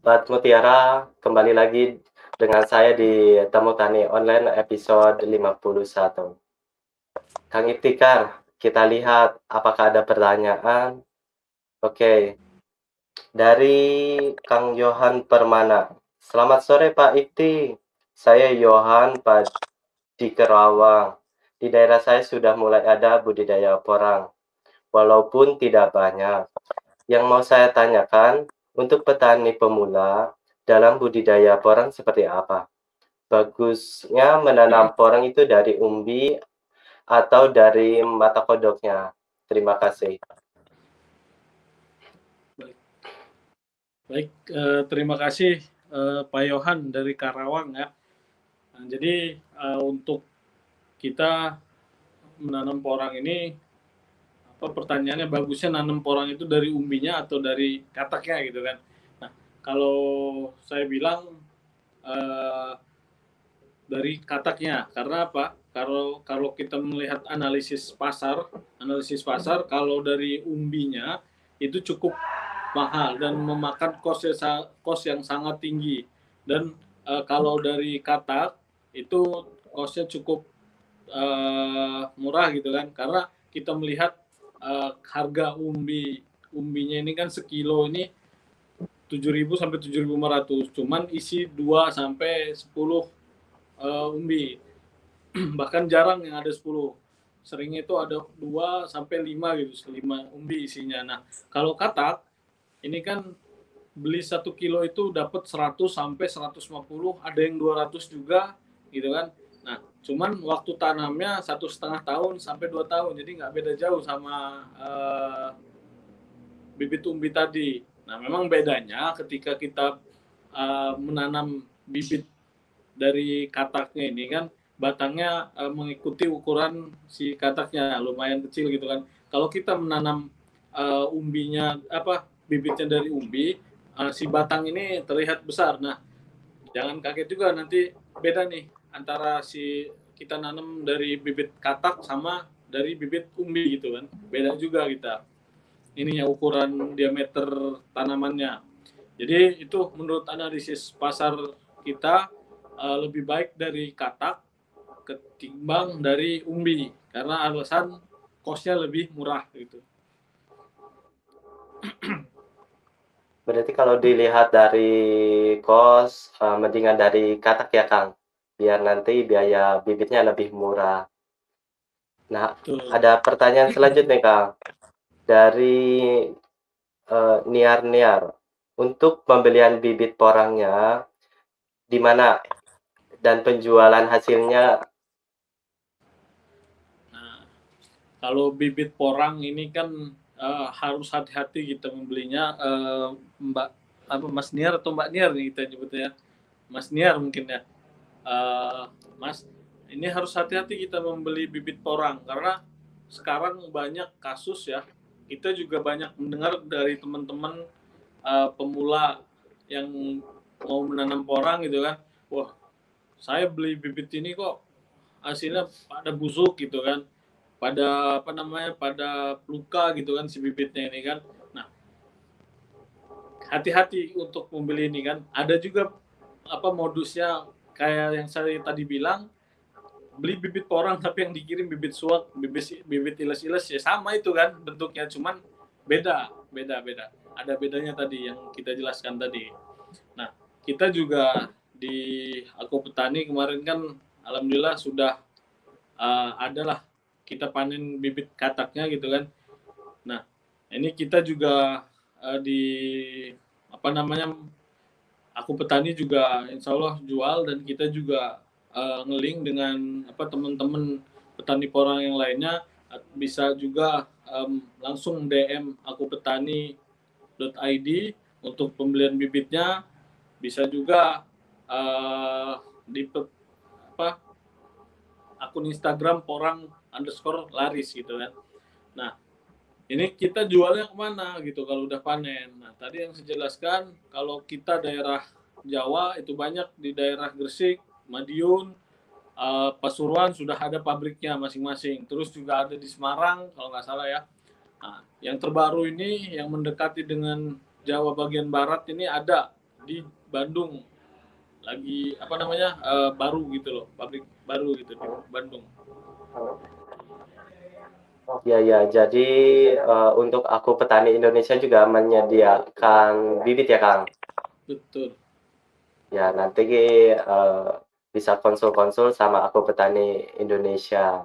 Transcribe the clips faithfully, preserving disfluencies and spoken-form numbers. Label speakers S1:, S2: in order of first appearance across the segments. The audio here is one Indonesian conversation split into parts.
S1: Sobat Mutiara, kembali lagi dengan saya di Temu Tani Online episode lima puluh satu. Kang Iktikar, kita lihat apakah ada pertanyaan. Oke, dari Kang Yohan Permana. Selamat sore Pak Ikti, saya Yohan Pak di Kerawang. Di daerah saya sudah mulai ada budidaya porang, walaupun tidak banyak. Yang mau saya tanyakan, untuk petani pemula, dalam budidaya porang seperti apa? Bagusnya menanam porang itu dari umbi atau dari mata kodoknya? Terima kasih.
S2: Baik, baik eh, terima kasih eh, Pak Yohan dari Karawang ya. Nah, jadi eh, untuk kita menanam porang ini, apa pertanyaannya bagusnya nanam porang itu dari umbinya atau dari kataknya gitu kan? Nah, kalau saya bilang eh, dari kataknya, karena apa? Kalau kalau kita melihat analisis pasar, analisis pasar kalau dari umbinya itu cukup mahal dan memakan cost yang, cost yang sangat tinggi. Dan uh, kalau dari katak itu costnya cukup uh, murah gitu kan, karena kita melihat uh, harga umbi umbinya ini kan sekilo ini tujuh ribu sampai tujuh ribu lima ratus, cuman isi dua sampai sepuluh uh, umbi. Bahkan jarang yang ada sepuluh, seringnya itu ada dua sampai lima gitu, lima umbi isinya. Nah, kalau katak ini kan beli satu kilo itu dapat seratus sampai seratus lima puluh, ada yang dua ratus juga gitu kan. Nah, cuman waktu tanamnya satu setengah tahun sampai dua tahun, jadi nggak beda jauh sama uh, bibit umbi tadi. Nah, memang bedanya ketika kita uh, menanam bibit dari kataknya ini kan batangnya uh, mengikuti ukuran si kataknya, lumayan kecil gitu kan. Kalau kita menanam uh, umbinya apa bibitnya dari umbi, uh, si batang ini terlihat besar. Nah, jangan kaget juga nanti beda nih antara si kita nanam dari bibit katak sama dari bibit umbi gitu kan. Beda juga kita. Ininya ukuran diameter tanamannya. Jadi itu menurut analisis pasar kita uh, lebih baik dari katak ketimbang dari umbi karena alasan kosnya lebih murah gitu.
S1: Berarti kalau dilihat dari kos, uh, mendingan dari katak ya Kang, biar nanti biaya bibitnya lebih murah. Nah,
S2: Betul.
S1: ada pertanyaan selanjutnya Kang, dari uh, Niar Niar. Untuk pembelian bibit porangnya, di mana dan penjualan hasilnya.
S2: Nah, kalau bibit porang ini kan uh, harus hati-hati kita membelinya, uh, Mbak apa Mas Niar atau Mbak Niar nih kita nyebutnya. Mas Niar mungkin ya. Uh, Mas, ini harus hati-hati kita membeli bibit porang karena sekarang banyak kasus ya. Kita juga banyak mendengar dari teman-teman uh, pemula yang mau menanam porang gitu kan. Wah, saya beli bibit ini kok hasilnya pada busuk gitu kan, pada apa namanya, pada luka gitu kan si bibitnya ini kan. Nah, hati-hati untuk membeli ini kan. Ada juga apa modusnya kayak yang saya tadi bilang, beli bibit porang tapi yang dikirim bibit suak, bibit bibit iles-iles ya sama itu kan bentuknya, cuman beda, beda, beda. Ada bedanya tadi yang kita jelaskan tadi. Nah, kita juga di Aku Petani kemarin kan alhamdulillah sudah uh, adalah kita panen bibit kataknya gitu kan. Nah, ini kita juga uh, di apa namanya Aku Petani juga insya Allah jual, dan kita juga uh, ngeling dengan apa teman-teman petani porang yang lainnya, bisa juga um, langsung D M aku petani dot i d untuk pembelian bibitnya, bisa juga uh, di apa akun Instagram porang underscore laris gitu kan. Nah, ini kita jualnya kemana gitu kalau udah panen. Nah, tadi yang saya jelaskan, kalau kita daerah Jawa itu banyak di daerah Gresik, Madiun, uh, Pasuruan sudah ada pabriknya masing-masing. Terus juga ada di Semarang kalau nggak salah ya. Nah, yang terbaru ini yang mendekati dengan Jawa bagian barat ini ada di Bandung, lagi apa namanya uh, baru gitu loh, pabrik baru gitu di Bandung.
S1: Ya, ya. Jadi uh, untuk aku petani Indonesia juga menyediakan bibit ya, Kang.
S2: Betul.
S1: Ya, nanti uh, bisa konsul-konsul sama aku petani Indonesia.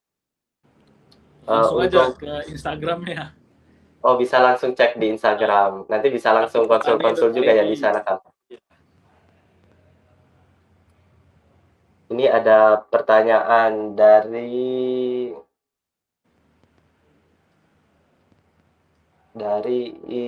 S1: Uh,
S2: Langsung aja
S1: untuk
S2: ke Instagramnya.
S1: oh bisa langsung cek di Instagram. Nanti bisa langsung konsul-konsul juga ya di
S2: akupetani.id.
S1: sana, Kang. Ini ada pertanyaan dari dari i,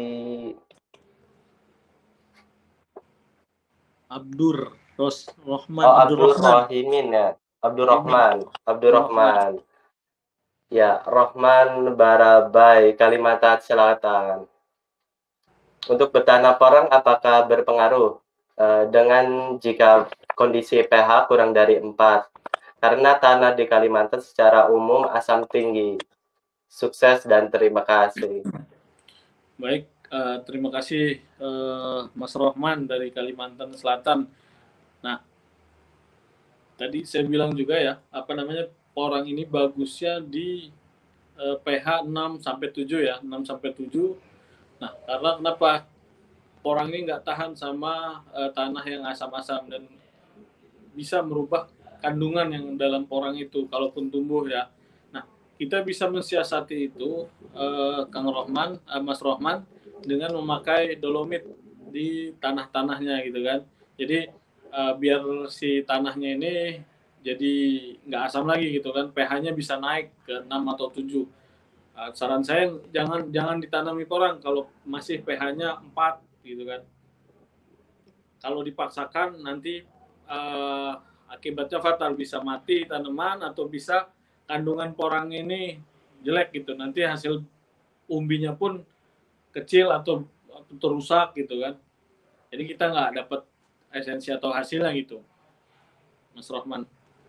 S2: Abdur Ros Rohman
S1: oh Abdul
S2: Abdurrahman
S1: Rohimin ya.
S2: Rohimin
S1: Abdurrahman,
S2: Abdurrahman.
S1: Abdurrahman. Ya, Rohman Barabai, Kalimantan Selatan. Untuk bertanam porang apakah berpengaruh eh, dengan jika kondisi pH kurang dari empat? Karena tanah di Kalimantan secara umum asam tinggi. Sukses dan terima kasih.
S2: Baik, uh, terima kasih uh, Mas Rohman dari Kalimantan Selatan. Nah, tadi saya bilang juga ya, apa namanya, porang ini bagusnya di uh, pH enam sampai tujuh ya, enam sampai tujuh. Nah, karena kenapa? Porang ini nggak tahan sama uh, tanah yang asam-asam dan bisa merubah kandungan yang dalam porang itu kalaupun tumbuh ya. Nah, kita bisa mensiasati itu eh, Kang Rohman, eh, Mas Rohman dengan memakai dolomit di tanah-tanahnya gitu kan. Jadi eh, biar si tanahnya ini jadi nggak asam lagi gitu kan, pH-nya bisa naik ke enam atau tujuh. Uh, saran saya jangan jangan ditanami porang kalau masih pH-nya empat gitu kan. Kalau dipaksakan nanti uh, akibatnya fatal, bisa mati tanaman atau bisa kandungan porang ini jelek gitu, nanti hasil umbinya pun kecil atau rusak gitu kan, jadi kita nggak dapat esensi atau hasilnya gitu, Mas Rohman.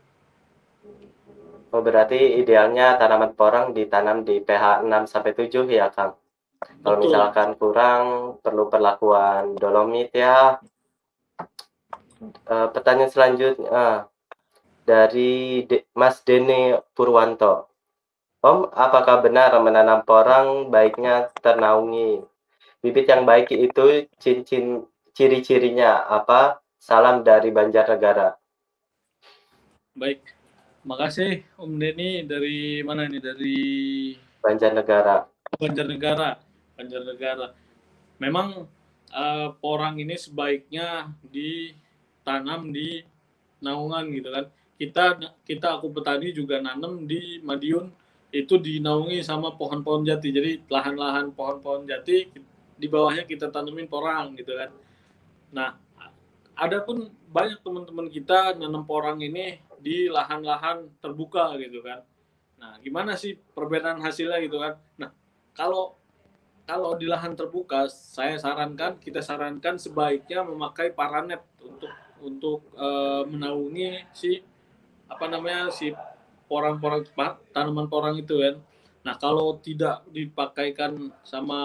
S1: Oh, berarti idealnya tanaman porang ditanam di pH enam sampai tujuh ya, Kang. Kalau
S2: Betul.
S1: misalkan kurang, perlu perlakuan dolomit ya. Uh, pertanyaan selanjutnya uh, dari De Mas Dene Purwanto. Om, apakah benar menanam porang baiknya ternaungi? Bibit yang baik itu cincin ciri-cirinya apa? Salam dari Banjarnegara.
S2: Baik, makasih Om Denny. Dari mana nih? Dari
S1: Banjarnegara.
S2: Banjarnegara. Banjarnegara. Memang uh, porang ini sebaiknya ditanam di naungan gitu kan. Kita kita aku petani juga nanam di Madiun, itu dinaungi sama pohon-pohon jati. Jadi lahan-lahan pohon-pohon jati di bawahnya kita tanemin porang gitu kan. Nah, ada pun banyak teman-teman kita nanam porang ini di lahan-lahan terbuka gitu kan. Nah, gimana sih perbedaan hasilnya gitu kan? Nah, kalau kalau di lahan terbuka, saya sarankan, kita sarankan sebaiknya memakai paranet untuk untuk uh, menaungi si apa namanya si porang-porang tanaman porang itu kan. Nah, kalau tidak dipakaikan sama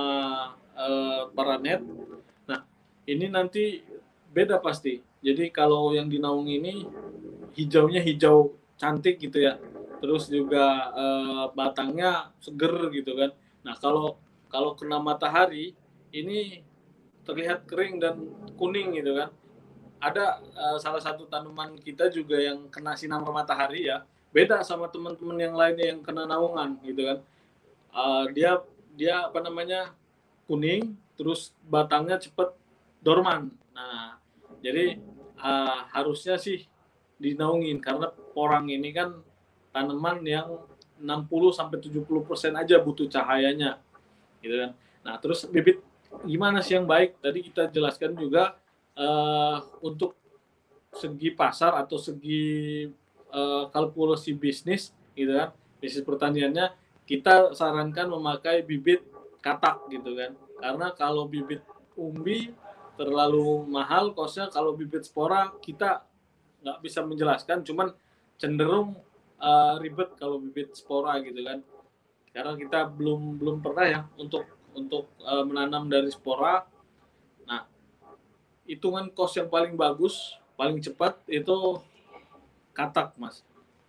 S2: uh, paranet, nah ini nanti beda pasti. Jadi kalau yang dinaungi ini hijaunya hijau cantik gitu ya, terus juga uh, batangnya seger gitu kan. Nah, kalau kalau kena matahari ini terlihat kering dan kuning gitu kan. Ada uh, salah satu tanaman kita juga yang kena sinar matahari ya, beda sama teman-teman yang lainnya yang kena naungan gitu kan. Uh, dia dia apa namanya kuning, terus batangnya cepet dorman. Nah, jadi uh, harusnya sih dinaungin karena porang ini kan tanaman yang enam puluh sampai tujuh puluh persen aja butuh cahayanya gitu kan. Nah, terus bibit gimana sih yang baik? Tadi kita jelaskan juga uh, untuk segi pasar atau segi uh, kalkulasi bisnis gitu kan, bisnis pertaniannya, kita sarankan memakai bibit katak gitu kan, karena kalau bibit umbi terlalu mahal kosnya, kalau bibit spora kita nggak bisa menjelaskan, cuman cenderung uh, ribet kalau bibit spora gitu kan, karena kita belum belum pernah ya untuk untuk uh, menanam dari spora. Nah, hitungan cost yang paling bagus, paling cepat itu katak, Mas.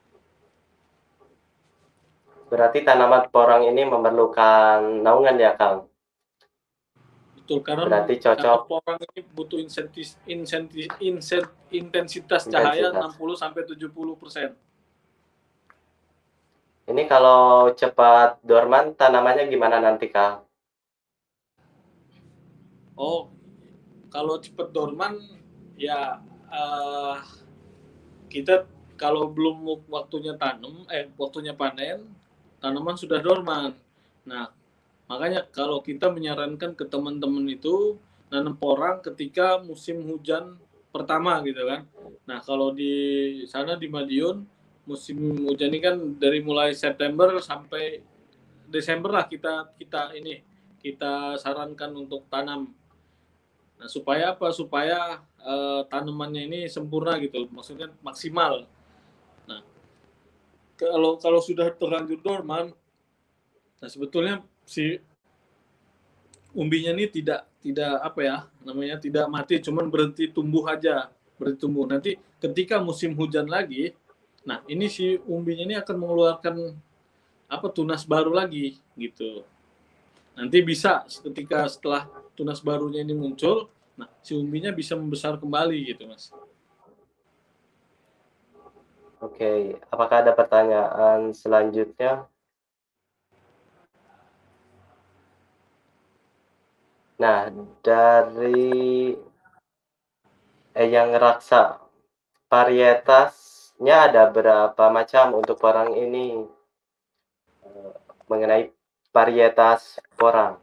S1: Berarti tanaman porang ini memerlukan naungan ya, Kang?
S2: Betul, karena
S1: Berarti
S2: karena
S1: cocok
S2: porang ini butuh insentif, insentif, insen, intensitas cahaya
S1: intensitas.
S2: enam puluh sampai tujuh puluh persen.
S1: Ini kalau cepat dorman tanamannya gimana nanti, Kang?
S2: Oh, kalau cepat dorman ya uh, kita kalau belum waktunya tanam, eh waktunya panen, tanaman sudah dorman. Nah, makanya kalau kita menyarankan ke teman-teman itu nanam porang ketika musim hujan pertama gitu kan. Nah, kalau di sana di Madiun musim hujan ini kan dari mulai September sampai Desember lah kita kita ini kita sarankan untuk tanam. Nah, supaya apa? Supaya uh, tanamannya ini sempurna gitu, maksudnya maksimal. Nah, kalau kalau sudah terlanjur dorman, nah sebetulnya si umbinya ini tidak tidak apa ya namanya tidak mati, cuman berhenti tumbuh aja, berhenti tumbuh. Nanti ketika musim hujan lagi, nah ini si umbinya ini akan mengeluarkan apa tunas baru lagi gitu. Nanti bisa ketika setelah tunas barunya ini muncul, nah si umbinya bisa membesar kembali gitu, Mas.
S1: Oke, apakah ada pertanyaan selanjutnya? Nah, dari Eyang Raksa, varietasnya ada berapa macam untuk porang ini? Eh, mengenai varietas porang.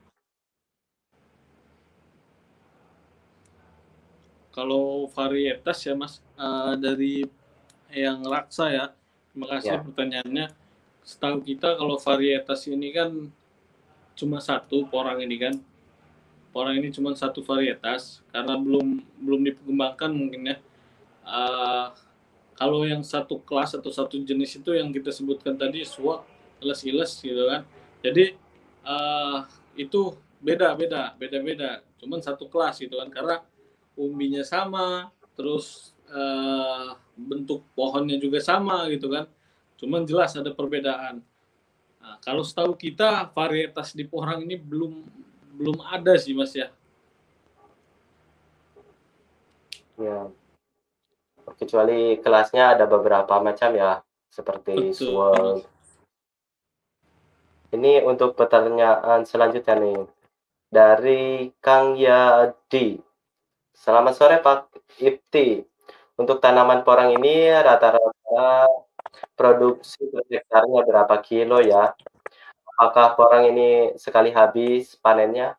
S2: Kalau varietas ya Mas, uh, dari yang raksa ya, terima kasih
S1: Ya,
S2: pertanyaannya. Setahu kita kalau varietas ini kan cuma satu porang ini kan, porang ini cuma satu varietas karena belum belum dikembangkan mungkin ya. Uh, kalau yang satu kelas atau satu jenis itu yang kita sebutkan tadi suak, iles-iles gitu kan. Jadi uh, itu beda beda beda beda, cuman satu kelas gitu kan karena umbinya sama, terus uh, bentuk pohonnya juga sama gitu kan. Cuman jelas ada perbedaan. Nah, kalau setahu kita varietas di porang ini belum belum ada sih Mas ya.
S1: ya. Kecuali kelasnya ada beberapa macam ya, seperti
S2: Betul
S1: sword.
S2: Mas.
S1: Ini untuk pertanyaan selanjutnya nih, dari Kang Yadi. Selamat sore Pak Ipti. Untuk tanaman porang ini rata-rata produksi per hektarnya berapa kilo ya? Apakah porang ini sekali habis panennya?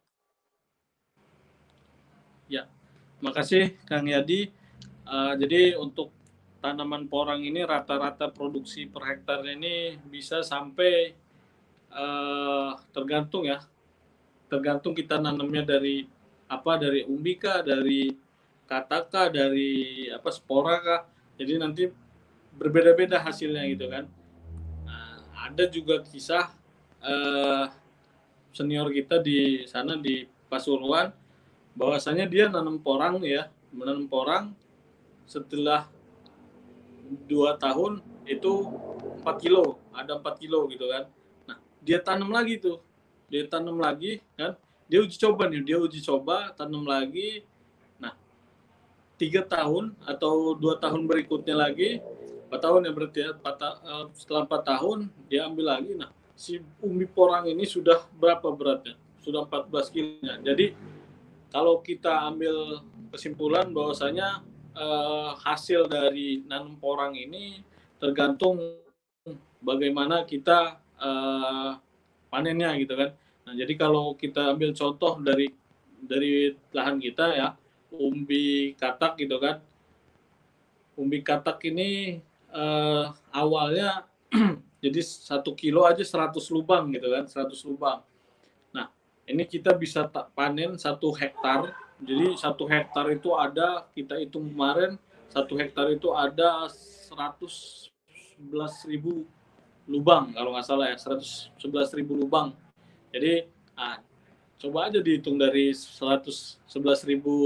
S2: Ya, makasih Kang Yadi. Uh, jadi untuk tanaman porang ini rata-rata produksi per hektarnya ini bisa sampai uh, tergantung ya, tergantung kita nanamnya dari apa, dari umbika, dari kataka, dari apa spora kah. Jadi nanti berbeda-beda hasilnya gitu kan. Nah, ada juga kisah uh, senior kita di sana di Pasuruan bahwasanya dia nanam porang ya, menanam porang setelah dua tahun itu empat kilo, ada empat kilo gitu kan. Nah, dia tanam lagi tuh. Dia tanam lagi kan. Dia uji coba nih, dia uji coba tanam lagi. Nah, tiga tahun atau dua tahun berikutnya lagi, empat tahun ya berarti ya, empat, uh, setelah empat tahun dia ambil lagi. Nah, si umbi porang ini sudah berapa beratnya? Sudah empat belas kilonya. Jadi kalau kita ambil kesimpulan bahwasanya eh, hasil dari nanam porang ini tergantung bagaimana kita eh, panennya gitu kan. Nah, jadi kalau kita ambil contoh dari dari lahan kita ya, umbi katak gitu kan. Umbi katak ini eh, awalnya jadi satu kilo aja seratus lubang gitu kan, seratus lubang. Nah, ini kita bisa panen satu hektar. Jadi satu hektar itu ada, kita hitung kemarin, satu hektar itu ada seratus sebelas ribu lubang kalau nggak salah ya, seratus sebelas ribu lubang. Jadi ah, coba aja dihitung dari seratus sebelas ribu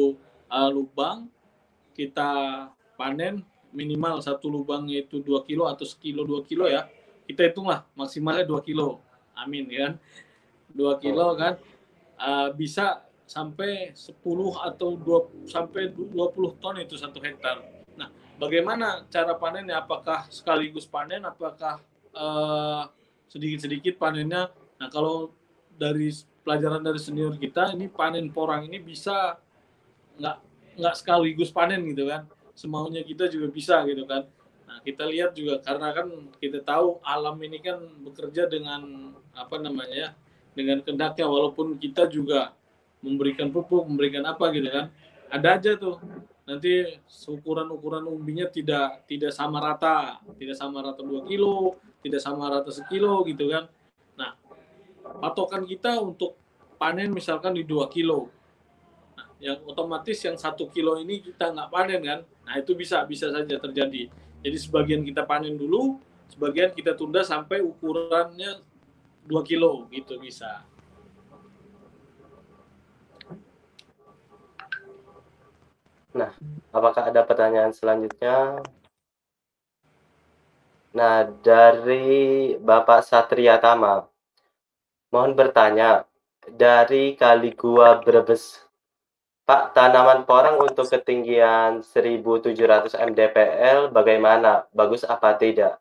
S2: uh, lubang, kita panen minimal satu lubangnya itu dua kilo atau sekilo dua kilo ya. Kita hitunglah maksimalnya dua kilo. Amin kan. dua kilo kan uh, bisa sampai sepuluh atau dua sampai dua puluh ton itu satu hektar. Nah, bagaimana cara panennya? Apakah sekaligus panen? Apakah uh, sedikit-sedikit panennya? Nah, kalau dari pelajaran dari senior kita, ini panen porang ini bisa nggak nggak sekaligus panen gitu kan, semaunya kita juga bisa gitu kan. Nah, kita lihat juga karena kan kita tahu alam ini kan bekerja dengan apa namanya ya, dengan kehendaknya, walaupun kita juga memberikan pupuk, memberikan apa gitu kan, ada aja tuh nanti ukuran-ukuran umbinya tidak tidak sama rata, tidak sama rata dua kilo, tidak sama rata sekilo gitu kan. Nah, patokan kita untuk panen misalkan di dua kilo, yang otomatis yang satu kilo ini kita nggak panen kan. Nah, itu bisa bisa saja terjadi. Jadi sebagian kita panen dulu, sebagian kita tunda sampai ukurannya dua kilo gitu bisa.
S1: Nah, apakah ada pertanyaan selanjutnya? Nah, dari Bapak Satria Tama, mohon bertanya, dari Kali Gua Brebes, Pak, tanaman porang untuk ketinggian seribu tujuh ratus mdpl bagaimana? Bagus apa tidak?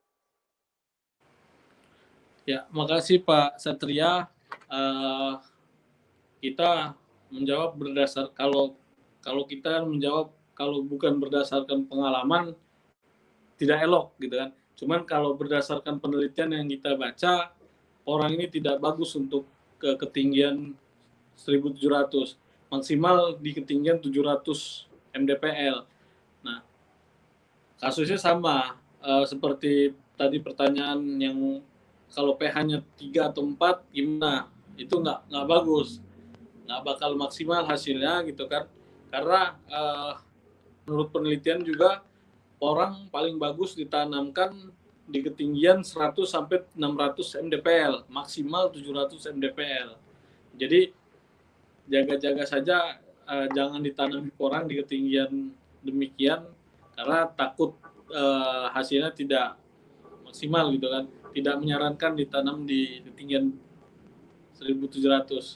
S2: Ya, makasih Pak Satria. Uh, kita menjawab berdasar kalau kalau kita menjawab kalau bukan berdasarkan pengalaman tidak elok gitu kan. Cuman kalau berdasarkan penelitian yang kita baca, orang ini tidak bagus untuk ke ketinggian seribu tujuh ratus, maksimal di ketinggian tujuh ratus mdpl. Nah, kasusnya sama uh, seperti tadi pertanyaan yang kalau pH-nya tiga atau empat gimana? Itu nggak nggak bagus, nggak bakal maksimal hasilnya gitu kan. Karena uh, menurut penelitian juga orang paling bagus ditanamkan di ketinggian seratus sampai enam ratus mdpl, maksimal tujuh ratus mdpl. Jadi jaga-jaga saja, uh, jangan ditanam porang di ketinggian demikian karena takut uh, hasilnya tidak maksimal gitu kan. Tidak menyarankan ditanam di ketinggian seribu tujuh ratus.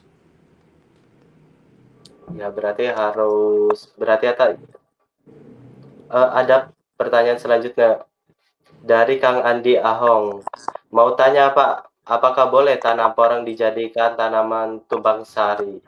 S1: Ya, berarti harus berarti ada uh, ada pertanyaan selanjutnya dari Kang Andi Ahong. Mau tanya Pak, apakah boleh tanam porang dijadikan tanaman tumpang sari?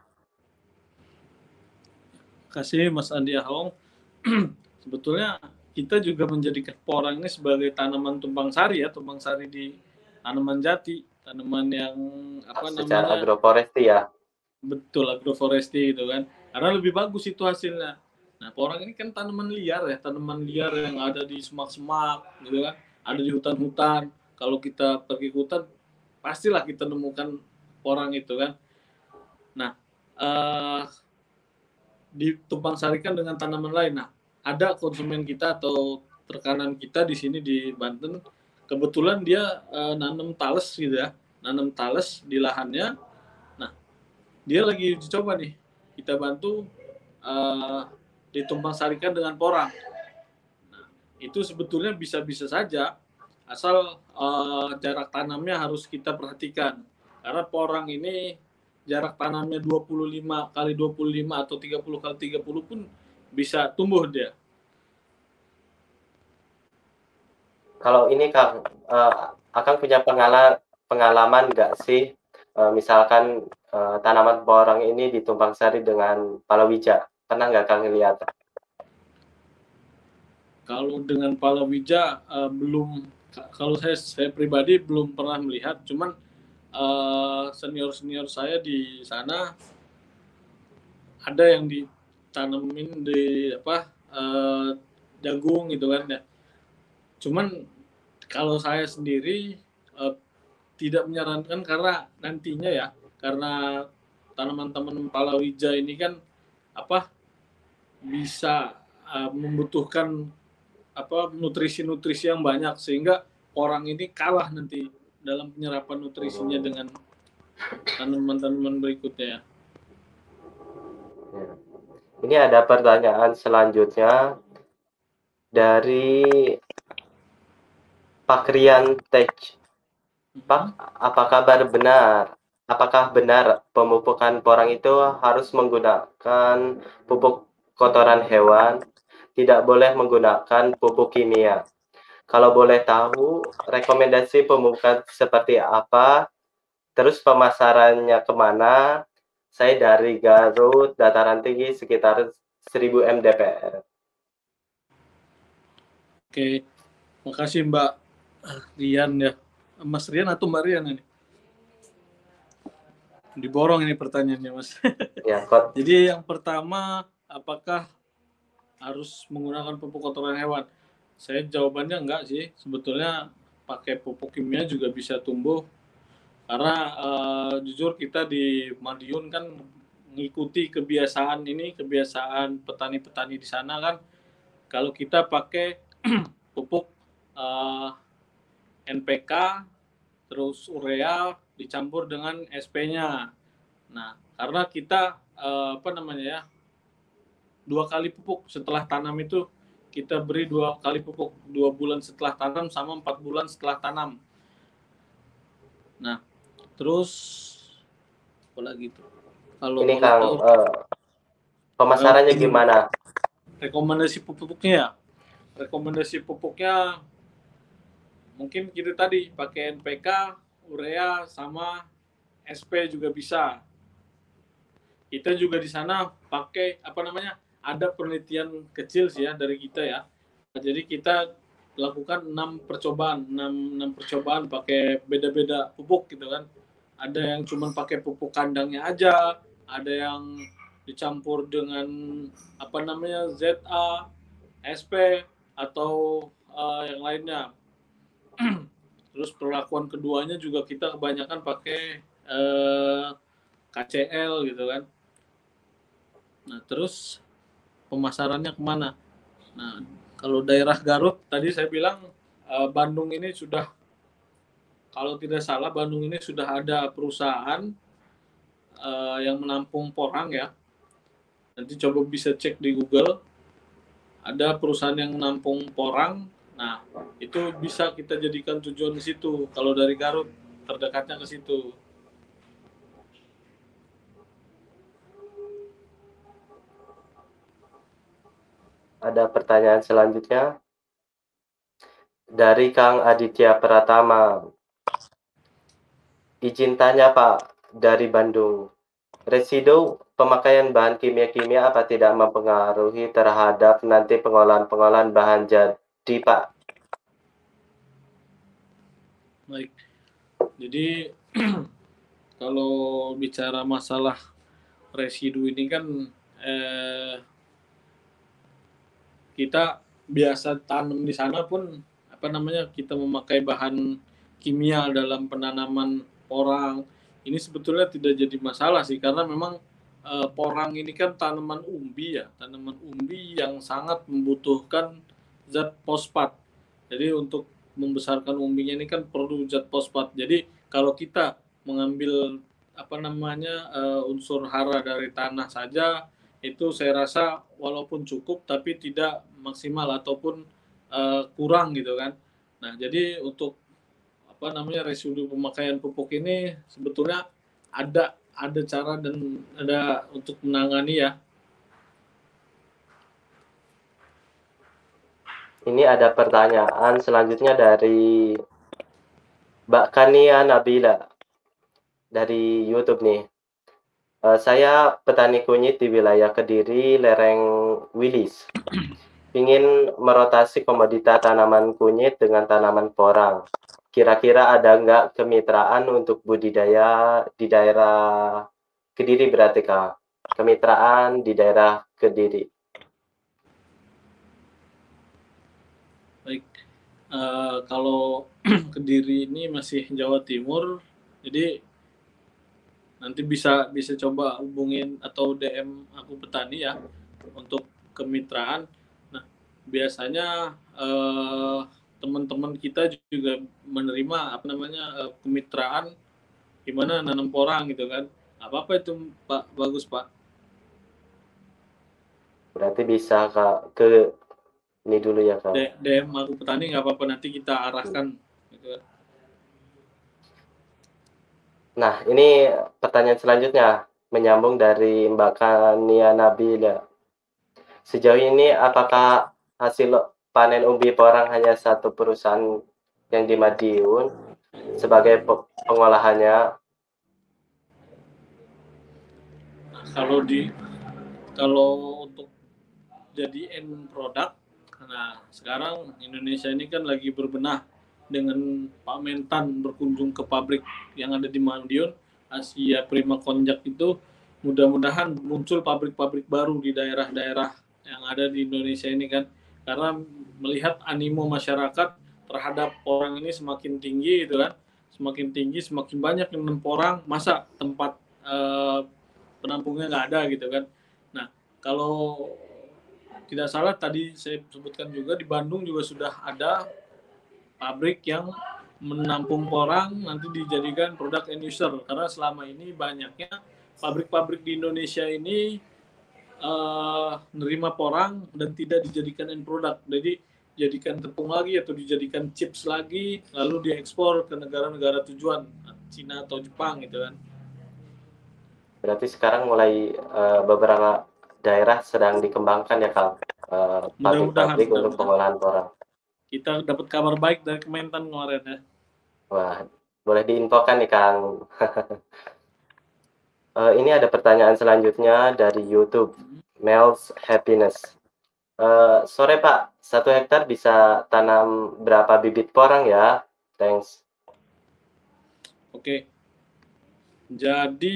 S2: Kasih Mas Andi Ahong. Sebetulnya kita juga menjadikan porang ini sebagai tanaman tumpang sari ya, tumpang sari di tanaman jati, tanaman yang apa
S1: Secara
S2: namanya,
S1: agroforestry ya.
S2: betul agroforestry gitu kan, karena lebih bagus itu hasilnya. Nah, porang ini kan tanaman liar ya, tanaman liar yang ada di semak-semak gitu kan, ada di hutan-hutan. Kalau kita pergi ke hutan, pastilah kita nemukan porang itu kan. Nah, eh, ditumpang sarikan dengan tanaman lain. Nah, ada konsumen kita atau rekanan kita di sini di Banten, kebetulan dia uh, nanam tales gitu ya, nanam tales di lahannya. Nah, dia lagi dicoba nih, kita bantu uh, ditumpang sarikan dengan porang. Nah, itu sebetulnya bisa-bisa saja, asal uh, jarak tanamnya harus kita perhatikan. Karena porang ini jarak tanamnya dua puluh lima kali dua puluh lima atau tiga puluh kali tiga puluh pun bisa tumbuh dia.
S1: Kalau ini Kang, uh, Akang punya pengalaman pengalaman nggak sih, uh, misalkan uh, tanaman porang ini ditumpang sari dengan palawija, pernah nggak Kang lihat?
S2: Kalau dengan palawija uh, belum, kalau saya saya pribadi belum pernah melihat, cuman uh, senior senior saya di sana ada yang ditanemin di apa uh, jagung gitu kan ya. Cuman kalau saya sendiri uh, tidak menyarankan karena nantinya ya, karena tanaman-tanaman palawija ini kan apa bisa uh, membutuhkan apa nutrisi-nutrisi yang banyak, sehingga orang ini kalah nanti dalam penyerapan nutrisinya dengan tanaman-tanaman berikutnya ya.
S1: Ini ada pertanyaan selanjutnya dari Pak Rian Tej. Pak, apa kabar benar? Apakah benar pemupukan porang itu harus menggunakan pupuk kotoran hewan? Tidak boleh menggunakan pupuk kimia. Kalau boleh tahu, rekomendasi pemupukan seperti apa? Terus pemasarannya kemana? Saya dari Garut, dataran tinggi sekitar seribu mdpl.
S2: Oke, makasih Mbak Rian ya. Mas Rian atau Mbak Rian ini? Diborong ini pertanyaannya Mas.
S1: Ya, kok.
S2: Jadi yang pertama, apakah harus menggunakan pupuk kotoran hewan? Saya jawabannya enggak sih. Sebetulnya pakai pupuk kimia juga bisa tumbuh. Karena uh, jujur kita di Madiun kan mengikuti kebiasaan ini, kebiasaan petani-petani di sana kan. Kalau kita pakai pupuk uh, N P K, terus urea dicampur dengan S P-nya. Nah, karena kita uh, apa namanya ya, dua kali pupuk setelah tanam itu kita beri dua kali pupuk, dua bulan setelah tanam sama empat bulan setelah tanam. Nah, terus apa lagi tuh? Kalau
S1: Ini
S2: boleh
S1: Kang,
S2: tahu
S1: uh, pemasarannya
S2: uh,
S1: gimana?
S2: rekomendasi pupuknya ya? Rekomendasi pupuknya mungkin kita tadi pakai N P K, urea sama S P juga bisa. Kita juga di sana pakai apa namanya? Ada penelitian kecil sih ya dari kita ya. Jadi kita lakukan enam percobaan, enam, enam percobaan pakai beda-beda pupuk gitu kan. Ada yang cuma pakai pupuk kandangnya aja, ada yang dicampur dengan apa namanya Z A, S P atau uh, yang lainnya. Terus perlakuan keduanya juga kita kebanyakan pakai uh, K C L gitu kan. Nah terus pemasarannya kemana? Nah kalau daerah Garut tadi saya bilang uh, Bandung ini sudah, kalau tidak salah Bandung ini sudah ada perusahaan uh, yang menampung porang ya. Nanti coba bisa cek di Google, ada perusahaan yang menampung porang. Nah itu bisa kita jadikan tujuan di situ. Kalau dari Garut terdekatnya ke situ.
S1: Ada pertanyaan selanjutnya dari Kang Aditya Pratama. Izin tanya Pak, dari Bandung. Residu pemakaian bahan kimia-kimia apa tidak mempengaruhi terhadap nanti pengolahan-pengolahan bahan jadi Pak?
S2: Baik, jadi kalau bicara masalah residu ini kan eh, kita biasa tanam di sana pun apa namanya kita memakai bahan kimia dalam penanaman porang. Ini sebetulnya tidak jadi masalah sih karena memang eh, porang ini kan tanaman umbi ya, tanaman umbi yang sangat membutuhkan zat fosfat. Jadi untuk membesarkan umbinya ini kan perlu zat fosfat. Jadi kalau kita mengambil apa namanya uh, unsur hara dari tanah saja itu saya rasa walaupun cukup tapi tidak maksimal ataupun uh, kurang gitu kan. Nah jadi untuk apa namanya residu pemakaian pupuk ini sebetulnya ada ada cara dan ada untuk menangani ya.
S1: Ini ada pertanyaan selanjutnya dari Mbak Kania Nabila dari YouTube nih. Uh, saya petani kunyit di wilayah Kediri, lereng Wilis. Ingin merotasi komoditas tanaman kunyit dengan tanaman porang. Kira-kira ada nggak kemitraan untuk budidaya di daerah Kediri berarti Kak? Kemitraan di daerah Kediri.
S2: Baik, uh, kalau Kediri ini masih Jawa Timur, jadi nanti bisa bisa coba hubungin atau D M aku petani ya untuk kemitraan. Nah biasanya eh, teman-teman kita juga menerima apa namanya eh, kemitraan gimana nanam porang gitu kan. Apa apa itu Pak, bagus Pak.
S1: Berarti bisa Kak ke ini dulu ya Kak.
S2: D M aku petani nggak apa-apa, nanti kita arahkan gitu kan.
S1: Nah, ini pertanyaan selanjutnya menyambung dari Mbak Kania Nabila. Sejauh ini apakah hasil panen umbi porang hanya satu perusahaan yang di Madiun sebagai pe- pengolahannya?
S2: Nah, kalau di kalau untuk jadi end product, nah sekarang Indonesia ini kan lagi berbenah dengan Pak Mentan berkunjung ke pabrik yang ada di Madiun, Asia Prima Konjak itu, mudah-mudahan muncul pabrik-pabrik baru di daerah-daerah yang ada di Indonesia ini kan, karena melihat animo masyarakat terhadap orang ini semakin tinggi gitu kan, semakin tinggi semakin banyak yang menempuh orang, masa tempat eh, penampungnya nggak ada gitu kan. Nah, kalau tidak salah tadi saya sebutkan juga di Bandung juga sudah ada pabrik yang menampung porang nanti dijadikan produk end user, karena selama ini banyaknya pabrik-pabrik di Indonesia ini uh, nerima porang dan tidak dijadikan end product, jadi jadikan tepung lagi atau dijadikan chips lagi lalu diekspor ke negara-negara tujuan Cina atau Jepang gitu kan.
S1: Berarti sekarang mulai eh, beberapa daerah sedang dikembangkan ya Kak, eh,
S2: Mudah-mudahan
S1: pabrik-pabrik untuk
S2: mudah-mudahan
S1: pengolahan porang.
S2: kita dapat kabar baik dari Kementan kemarin ya.
S1: Wah, boleh diinfokan nih Kang. Eh, ini ada pertanyaan selanjutnya dari YouTube, Mel's Happiness. Eh, sore Pak, satu hektar bisa tanam berapa bibit porang ya? Thanks.
S2: Oke, jadi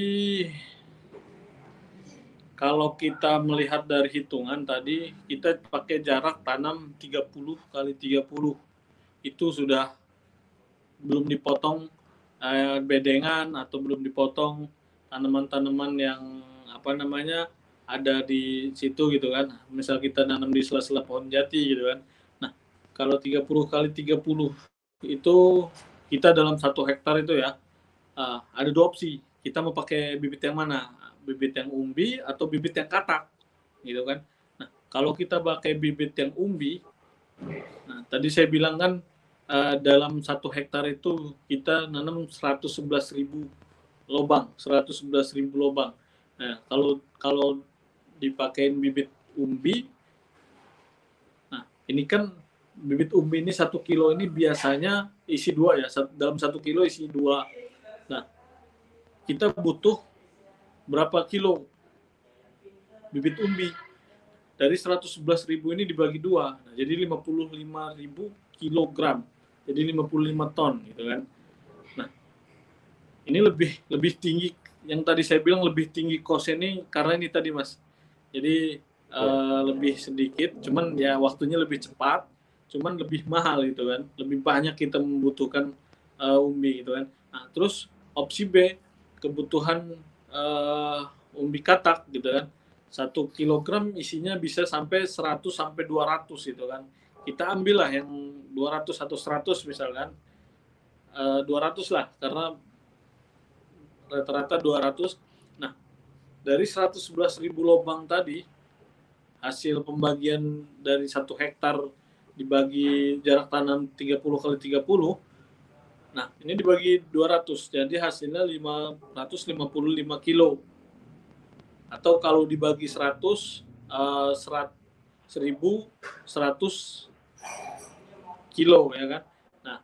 S2: kalau kita melihat dari hitungan tadi, kita pakai jarak tanam tiga puluh kali tiga puluh. Itu sudah belum dipotong eh, bedengan atau belum dipotong tanaman-tanaman yang apa namanya ada di situ gitu kan. Misal kita nanam di sela-sela pohon jati gitu kan. Nah, kalau tiga puluh kali tiga puluh itu kita dalam satu hektar itu ya, uh, ada dua opsi. Kita mau pakai bibit yang mana? Bibit yang umbi atau bibit yang katak, gitu kan? Nah, kalau kita pakai bibit yang umbi, nah tadi saya bilang kan uh, dalam satu hektar itu kita nanam seratus sebelas ribu lubang, seratus sebelas ribu lubang. Nah, kalau kalau dipakein bibit umbi, nah ini kan bibit umbi ini satu kilo ini biasanya isi dua ya, dalam satu kilo isi dua. Nah, kita butuh berapa kilo bibit umbi. Dari seratus sebelas ribu ini dibagi dua, nah, jadi lima puluh lima ribu kilogram, jadi lima puluh lima ton gitu kan. Nah, ini lebih lebih tinggi, yang tadi saya bilang lebih tinggi cost ini karena ini tadi Mas. Jadi
S1: Ya.
S2: uh, lebih sedikit, cuman ya waktunya lebih cepat, cuman lebih mahal gitu kan, lebih banyak kita membutuhkan uh, umbi gitu kan. Nah, terus opsi B, kebutuhan uh, umbi katak gitu kan, satu kilogram isinya bisa sampai seratus sampai dua ratus gitu kan. Kita ambil lah yang dua ratus atau seratus misalkan, uh, dua ratus lah karena rata-rata dua ratus. Nah, dari seratus sebelas ribu lubang tadi, hasil pembagian dari satu hektar dibagi jarak tanam tiga puluh kali tiga puluh, nah ini dibagi dua ratus, jadi hasilnya lima ratus lima puluh lima kilo. Atau kalau dibagi seratus, uh, seribu seratus kilo ya kan. Nah,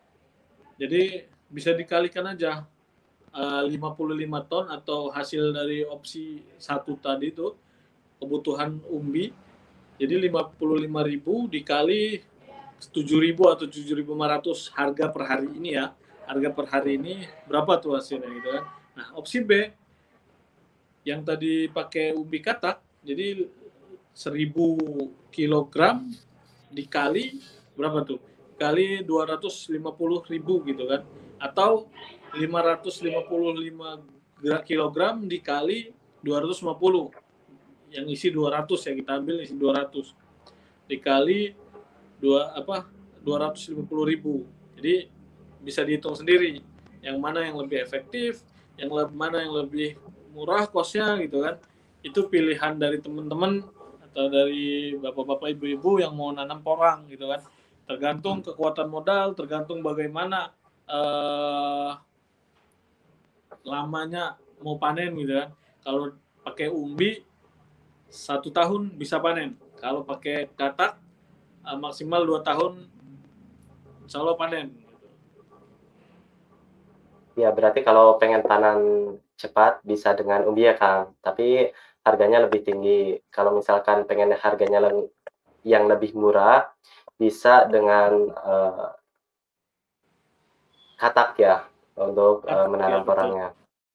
S2: jadi bisa dikalikan aja uh, lima puluh lima ton atau hasil dari opsi satu tadi itu kebutuhan umbi. Jadi lima puluh lima ribu dikali tujuh ribu atau tujuh ribu lima ratus harga per hari ini ya. Harga per hari ini berapa tuh hasilnya gitu kan. Nah, opsi B yang tadi pakai umbi katak, jadi seribu kilogram dikali berapa tuh? Kali dua ratus lima puluh ribu gitu kan. Atau lima ratus lima puluh lima kilogram dikali dua ratus lima puluh, yang isi dua ratus ya, kita ambil isi dua ratus dikali dua apa dua ratus lima puluh ribu. Jadi bisa dihitung sendiri yang mana yang lebih efektif, yang mana yang lebih murah kosnya gitu kan. Itu pilihan dari teman-teman atau dari bapak-bapak, ibu-ibu yang mau nanam porang gitu kan. Tergantung kekuatan modal, tergantung bagaimana uh, lamanya mau panen gitu kan. Kalau pakai umbi satu tahun bisa panen. Kalau pakai katak uh, maksimal dua tahun insya Allah panen.
S1: Ya, berarti kalau pengen panen cepat bisa dengan umbi ya, Kang, tapi harganya lebih tinggi. Kalau misalkan pengen harganya leng yang lebih murah, bisa dengan, eee katak ya, untuk, eee,
S2: Katak ya
S1: menanam
S2: betul.
S1: porangnya.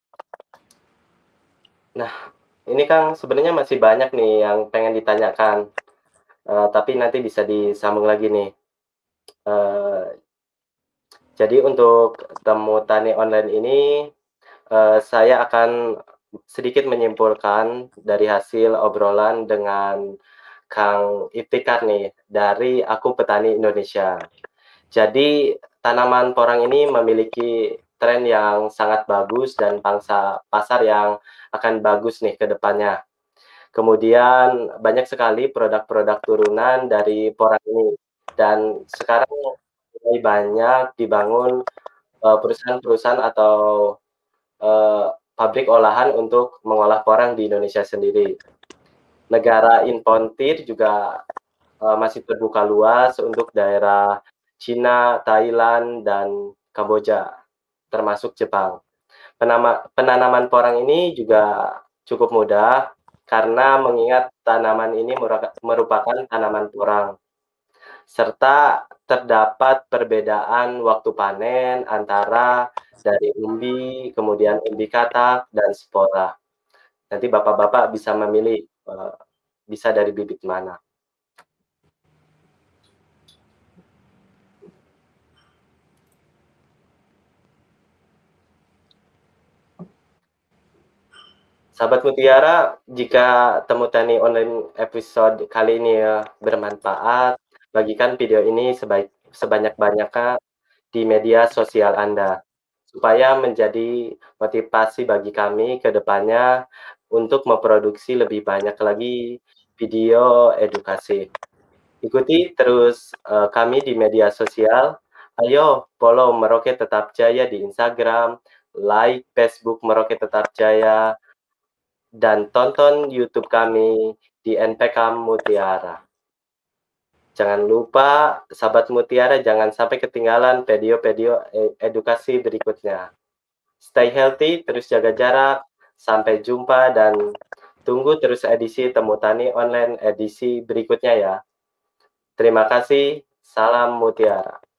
S1: Nah, ini Kang, sebenarnya masih banyak nih yang pengen ditanyakan, eee, tapi nanti bisa disambung lagi nih. Eee, jadi untuk temu tani online ini, eee, saya akan sedikit menyimpulkan dari hasil obrolan dengan Kang Iftikar nih, dari Aku Petani Indonesia. Jadi, tanaman porang ini memiliki tren yang sangat bagus dan pangsa pasar yang akan bagus nih ke depannya. Kemudian banyak sekali produk-produk turunan dari porang ini, dan sekarang mulai banyak dibangun, eee, perusahaan-perusahaan atau, eee, pabrik olahan untuk mengolah porang di Indonesia sendiri. Negara importir juga, eee, masih terbuka luas untuk daerah Cina, Thailand, dan Kamboja, termasuk Jepang. Penama penanaman porang ini juga cukup mudah, karena mengingat tanaman ini meraka merupakan tanaman porang, serta terdapat perbedaan waktu panen antara dari umbi, kemudian umbi katak, dan spora. Nanti Bapak-bapak bisa memilih, eee, bisa dari bibit mana. Sahabat Mutiara, jika Temu Tani Online episode kali ini ya bermanfaat, bagikan video ini sebaik sebanyak-banyaknya di media sosial Anda, supaya menjadi motivasi bagi kami ke depannya untuk memproduksi lebih banyak lagi video edukasi. Ikuti terus, eee, kami di media sosial. Ayo follow Merauke Tetap Jaya di Instagram, like Facebook Merauke Tetap Jaya, dan tonton YouTube kami di N P K Mutiara. Jangan lupa sahabat Mutiara jangan sampai ketinggalan video-video e edukasi berikutnya. Stay healthy, terus jaga jarak, sampai jumpa dan tunggu terus edisi Temu Tani Online edisi berikutnya ya. Terima kasih, salam Mutiara.